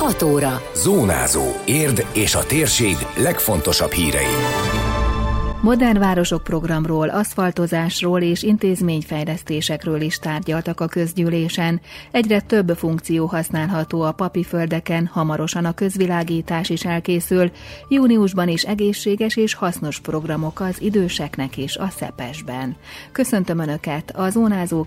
6 óra. Zónázó. Érd és a térség legfontosabb hírei. Modern Városok programról, aszfaltozásról és intézményfejlesztésekről is tárgyaltak a közgyűlésen. Egyre több funkció használható a papi földeken, hamarosan a közvilágítás is elkészül. Júniusban is egészséges és hasznos programok az időseknek is a Szepesben. Köszöntöm Önöket, a Zónázó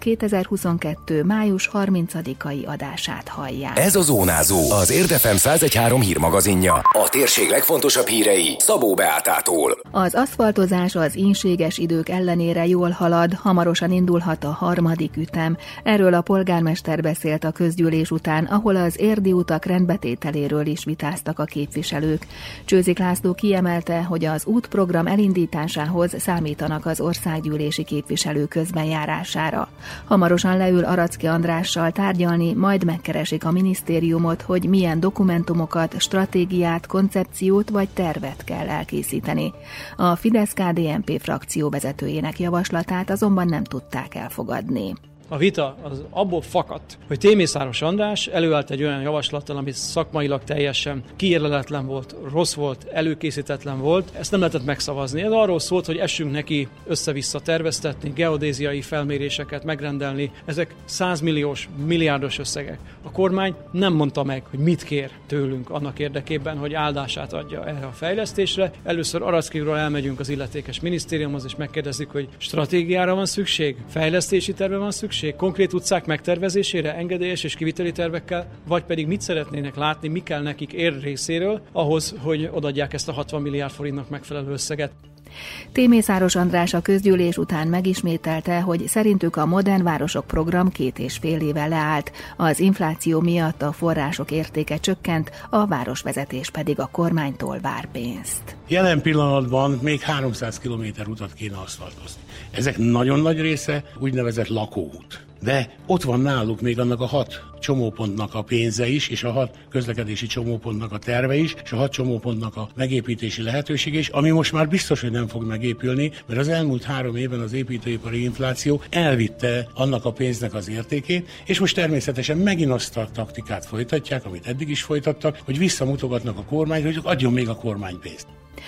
2022. május 30-ai adását hallják. Ez a Zónázó, az Érd FM 101.3 hírmagazinja. A térség legfontosabb hírei Szabó Beátától. Az aszfaltozás az ínséges idők ellenére jól halad, hamarosan indulhat a harmadik ütem. Erről a polgármester beszélt a közgyűlés után, ahol az érdi utak rendbetételéről is vitáztak a képviselők. Csőzik László kiemelte, hogy az útprogram elindításához számítanak az országgyűlési képviselő közbenjárására. Hamarosan leül Aracki Andrással tárgyalni, majd megkeresik a minisztériumot, hogy milyen dokumentumokat, stratégiát, koncepciót vagy tervet kell elkészíteni. A Fidesz-KDNP frakció vezetőjének javaslatát azonban nem tudták elfogadni. A vita az abból fakadt, hogy Témészáros András előállt egy olyan javaslattal, ami szakmailag teljesen kiérleletlen volt, rossz volt, előkészítetlen volt. Ezt nem lehetett megszavazni. Ez arról szólt, hogy essünk neki össze-vissza terveztetni, geodéziai felméréseket megrendelni. Ezek 100 milliós, milliárdos összegek. A kormány nem mondta meg, hogy mit kér tőlünk annak érdekében, hogy áldását adja erre a fejlesztésre. Először Arackiról elmegyünk az illetékes minisztériumhoz, és megkérdezzük, hogy stratégiára van szükség, fejlesztési terve van szükség, konkrét utcák megtervezésére, engedélyes és kiviteli tervekkel, vagy pedig mit szeretnének látni, mi kell nekik Érd részéről ahhoz, hogy odaadják ezt a 60 milliárd forintnak megfelelő összeget. Témészáros András a közgyűlés után megismételte, hogy szerintük a Modern Városok program 2,5 éve leállt, az infláció miatt a források értéke csökkent, a városvezetés pedig a kormánytól vár pénzt. Jelen pillanatban még 300 km utat kéne aszfaltozni. Ezek nagyon nagy része úgynevezett lakóút. De ott van náluk még annak a 6 csomópontnak a pénze is, és a 6 közlekedési csomópontnak a terve is, és a 6 csomópontnak a megépítési lehetősége is, ami most már biztos, hogy nem fog megépülni, mert az elmúlt 3 évben az építőipari infláció elvitte annak a pénznek az értékét, és most természetesen megint azt a taktikát folytatják, amit eddig is folytattak, hogy visszamutogatnak a kormány, hogy adjon még a kormány pénzt.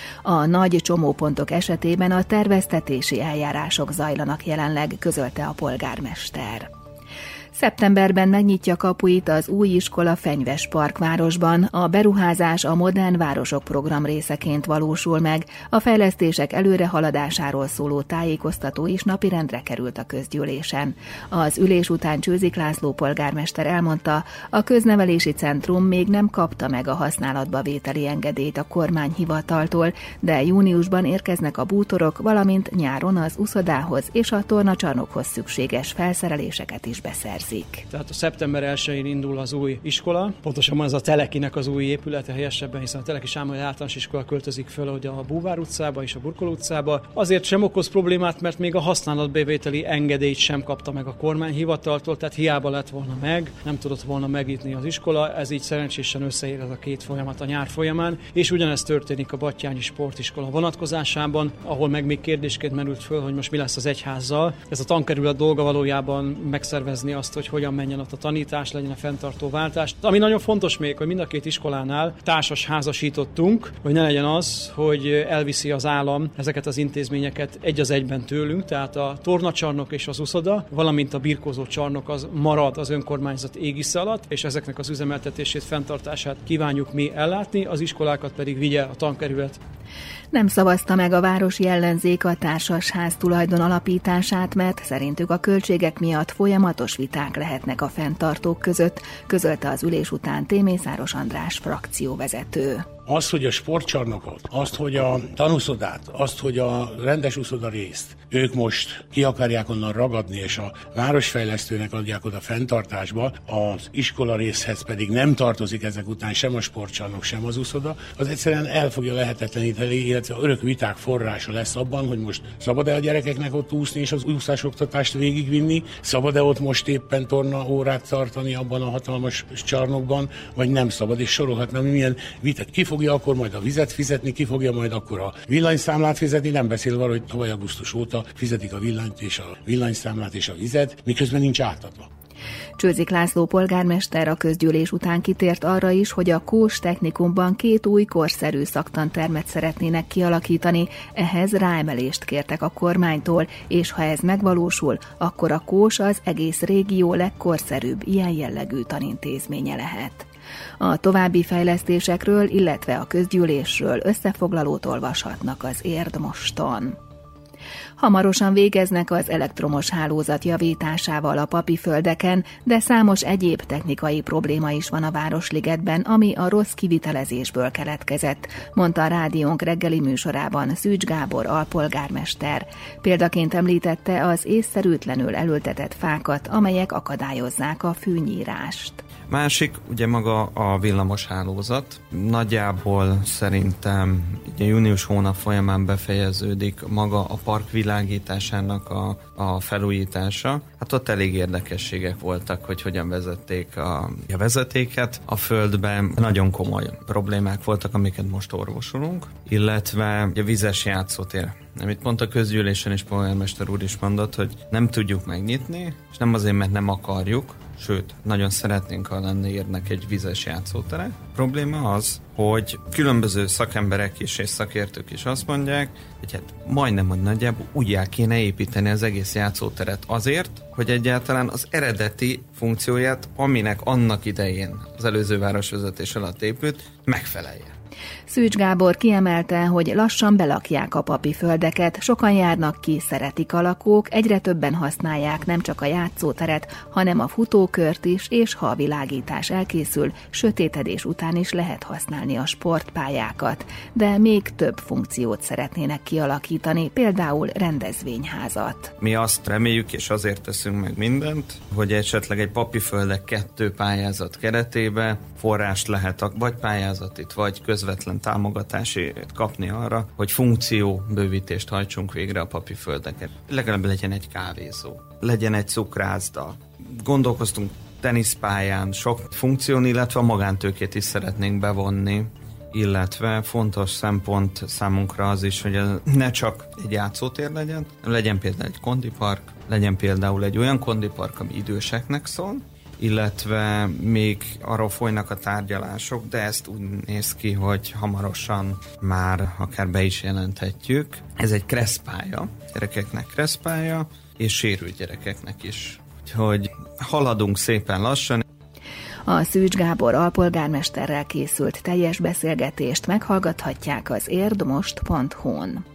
A nagy csomópontok esetében a terveztetési eljárások zajlanak jelenleg, közölte a polgármester. Szeptemberben megnyitja kapuit az új iskola Fenyves Parkvárosban. A beruházás a Modern Városok program részeként valósul meg. A fejlesztések előrehaladásáról szóló tájékoztató is napirendre került a közgyűlésen. Az ülés után Csőzik László polgármester elmondta, a köznevelési centrum még nem kapta meg a használatba vételi engedélyt a kormányhivataltól, de júniusban érkeznek a bútorok, valamint nyáron az uszodához és a tornacsarnokhoz szükséges felszereléseket is beszerzik. Tehát a szeptember 1-én indul az új iskola, pontosan ez a Telekinek az új épülete helyesebben, hiszen a Teleki Sámuel általános iskola költözik föl ugye a Búvár utcába és a Burkoló utcába. Azért sem okoz problémát, mert még a használatbevételi engedélyt sem kapta meg a kormányhivataltól, tehát hiába lett volna meg, nem tudott volna megnyitni az iskola, ez így szerencsésen összeér ez a két folyamat a nyár folyamán, és ugyanezt történik a Batthyányi Sportiskola vonatkozásában, ahol meg még kérdésként merült föl, hogy most mi lesz az egyházzal. Ez a tankerület dolga valójában megszervezni azt, hogy hogyan menjen ott a tanítás, legyen a fenntartó váltás. Ami nagyon fontos még, hogy mind a két iskolánál társas házasítottunk, hogy ne legyen az, hogy elviszi az állam ezeket az intézményeket egy az egyben tőlünk, tehát a tornacsarnok és az uszoda, valamint a birkózó csarnok az marad az önkormányzat égisze alatt, és ezeknek az üzemeltetését, fenntartását kívánjuk mi ellátni, az iskolákat pedig vigye a tankerület. Nem szavazta meg a városi ellenzék a társasház tulajdon alapítását, mert szerintük a költségek miatt folyamatos viták lehetnek a fenntartók között, közölte az ülés után Témészáros András frakcióvezető. Az, hogy a sportcsarnokot, azt, hogy a tanuszodát, azt, hogy a rendes uszoda részt ők most ki akarják onnan ragadni, és a városfejlesztőnek adják oda fenntartásba, az iskola részhez pedig nem tartozik ezek után sem a sportcsarnok, sem az uszoda, az egyszerűen el fogja lehetetleníteni, illetve örök viták forrása lesz abban, hogy most szabad-e a gyerekeknek ott úszni és az úszásoktatást végigvinni, szabad-e ott most éppen torna órát tartani abban a hatalmas csarnokban, vagy nem szabad, és sorolhatnám, milyen viták. Ki fogja akkor majd a vizet fizetni, ki fogja majd akkor a villanyszámlát fizetni, nem beszélve arról, hogy tavaly augusztus óta fizetik a villanyt és a villanyszámlát és a vizet, miközben nincs átadva. Csőzik László polgármester a közgyűlés után kitért arra is, hogy a Kós Technikumban 2 új korszerű szaktantermet szeretnének kialakítani, ehhez ráemelést kértek a kormánytól, és ha ez megvalósul, akkor a Kós az egész régió legkorszerűbb ilyen jellegű tanintézménye lehet. A további fejlesztésekről, illetve a közgyűlésről összefoglalót olvashatnak az Érd Moston. Hamarosan végeznek az elektromos hálózat javításával a papiföldeken, de számos egyéb technikai probléma is van a Városligetben, ami a rossz kivitelezésből keletkezett, mondta a rádiónk reggeli műsorában Szűcs Gábor alpolgármester. Példaként említette az észszerűtlenül elültetett fákat, amelyek akadályozzák a fűnyírást. Másik, ugye maga a villamos hálózat. Nagyjából szerintem ugye június hónap folyamán befejeződik maga a park világításának a felújítása. Hát ott elég érdekességek voltak, hogy hogyan vezették a vezetéket a földben. Nagyon komoly problémák voltak, amiket most orvosolunk, illetve a vizes játszótér. Amit pont a közgyűlésen is polgármester úr is mondott, hogy nem tudjuk megnyitni, és nem azért, mert nem akarjuk, sőt, nagyon szeretnénk, ha lenne Érdnek egy vizes játszótere. A probléma az, hogy különböző szakemberek is és szakértők is azt mondják, hogy hát majdnem, hogy nagyjából úgy el kéne építeni az egész játszóteret azért, hogy egyáltalán az eredeti funkcióját, aminek annak idején az előző városvezetés alatt épült, megfeleljen. Szűcs Gábor kiemelte, hogy lassan belakják a papiföldeket, sokan járnak ki, szeretik a lakók, egyre többen használják nem csak a játszóteret, hanem a futókört is, és ha a világítás elkészül, sötétedés után is lehet használni a sportpályákat. De még több funkciót szeretnének kialakítani, például rendezvényházat. Mi azt reméljük, és azért teszünk meg mindent, hogy esetleg egy papiföldek 2 pályázat keretében forrást lehet vagy pályázatit, vagy közvetlen támogatásért kapni arra, hogy funkcióbővítést hajtsunk végre a papiföldeken. Legalább legyen egy kávézó, legyen egy cukrászda. Gondolkoztunk teniszpályán, sok funkción, illetve a magántőkét is szeretnénk bevonni, illetve fontos szempont számunkra az is, hogy ne csak egy játszótér legyen például egy kondipark, legyen például egy olyan kondipark, ami időseknek szól, illetve még arról folynak a tárgyalások, de ezt úgy néz ki, hogy hamarosan már akár be is jelenthetjük. Ez egy kresszpálya, gyerekeknek kresszpálya, és sérült gyerekeknek is. Úgyhogy haladunk szépen lassan. A Szűcs Gábor alpolgármesterrel készült teljes beszélgetést meghallgathatják az érdmost.hu-n.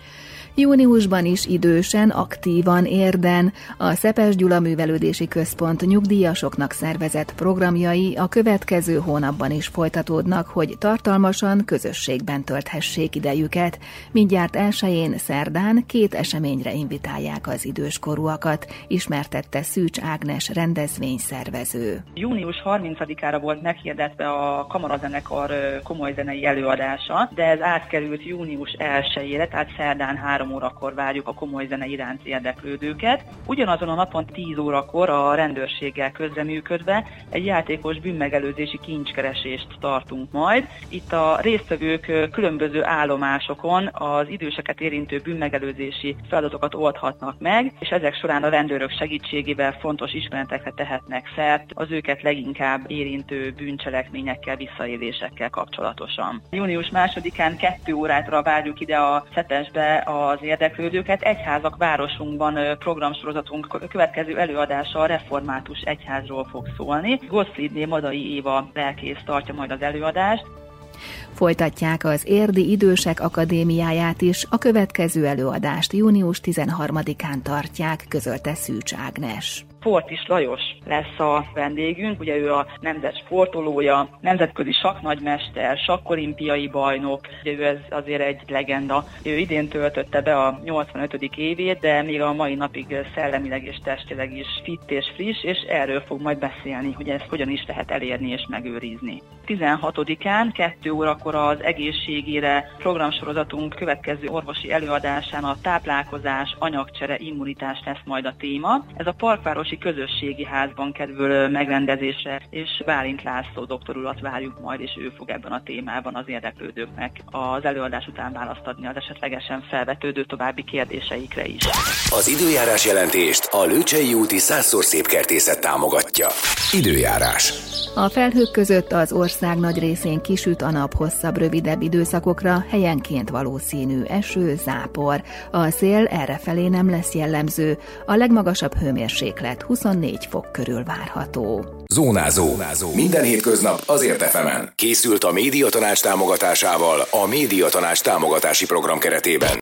Júniusban is idősen, aktívan Érden a Szepes Gyula Művelődési Központ nyugdíjasoknak szervezett programjai a következő hónapban is folytatódnak, hogy tartalmasan közösségben tölthessék idejüket. Mindjárt 1-én szerdán 2 eseményre invitálják az időskorúakat, ismertette Szűcs Ágnes rendezvényszervező. Június 30-ára volt meghirdetve a kamarazenekar komoly zenei előadása, de ez átkerült június 1-ére, tehát szerdán 3 órakor várjuk a komoly zene iránt érdeklődőket. Ugyanazon a napon 10 órakor a rendőrséggel közreműködve egy játékos bűnmegelőzési kincskeresést tartunk majd. Itt a résztvevők különböző állomásokon az időseket érintő bűnmegelőzési feladatokat oldhatnak meg, és ezek során a rendőrök segítségével fontos ismeretekre tehetnek szert az őket leginkább érintő bűncselekményekkel, visszaélésekkel kapcsolatosan. Június 2-án 2 órára várjuk ide a Szepesbe az érdeklődőket. Egyházak városunkban programsorozatunk következő előadása a református egyházról fog szólni. Gottfriedné Madai Éva lelkész tartja majd az előadást. Folytatják az Érdi Idősek Akadémiáját is, a következő előadást június 13-án tartják, közölte Szűcs Ágnes. Fortis Lajos lesz a vendégünk, ugye ő a nemzet sportolója, nemzetközi sakknagymester, sakkolimpiai bajnok, ugye ő ez azért egy legenda. Ő idén töltötte be a 85. évét, de még a mai napig szellemileg és testileg is fit és friss, és erről fog majd beszélni, hogy ezt hogyan is lehet elérni és megőrizni. 16-án 2 órakor az egészségére programsorozatunk következő orvosi előadásán a táplálkozás, anyagcsere, immunitás lesz majd a téma. Ez a Parkvárosi Miskolci Közösségi Házban kerül megrendezésre, és Bálint László doktor urat várjuk majd, és ő fog ebben a témában az érdeklődőknek az előadás után választ adni az esetlegesen felvetődő további kérdéseikre is. Az időjárás jelentést a Lőcsei úti Szászszor-szépkertészet támogatja. Időjárás. A felhők között az ország nagy részén kisüt a nap, hosszabb, rövidebb időszakokra, helyenként valószínű eső, zápor. A szél errefelé nem lesz jellemző, a legmagasabb hőmérséklet 24 fok körül várható. Zónázó. Minden hétköznap azért FM-en. Készült a Médiatanács támogatásával a Médiatanács támogatási program keretében.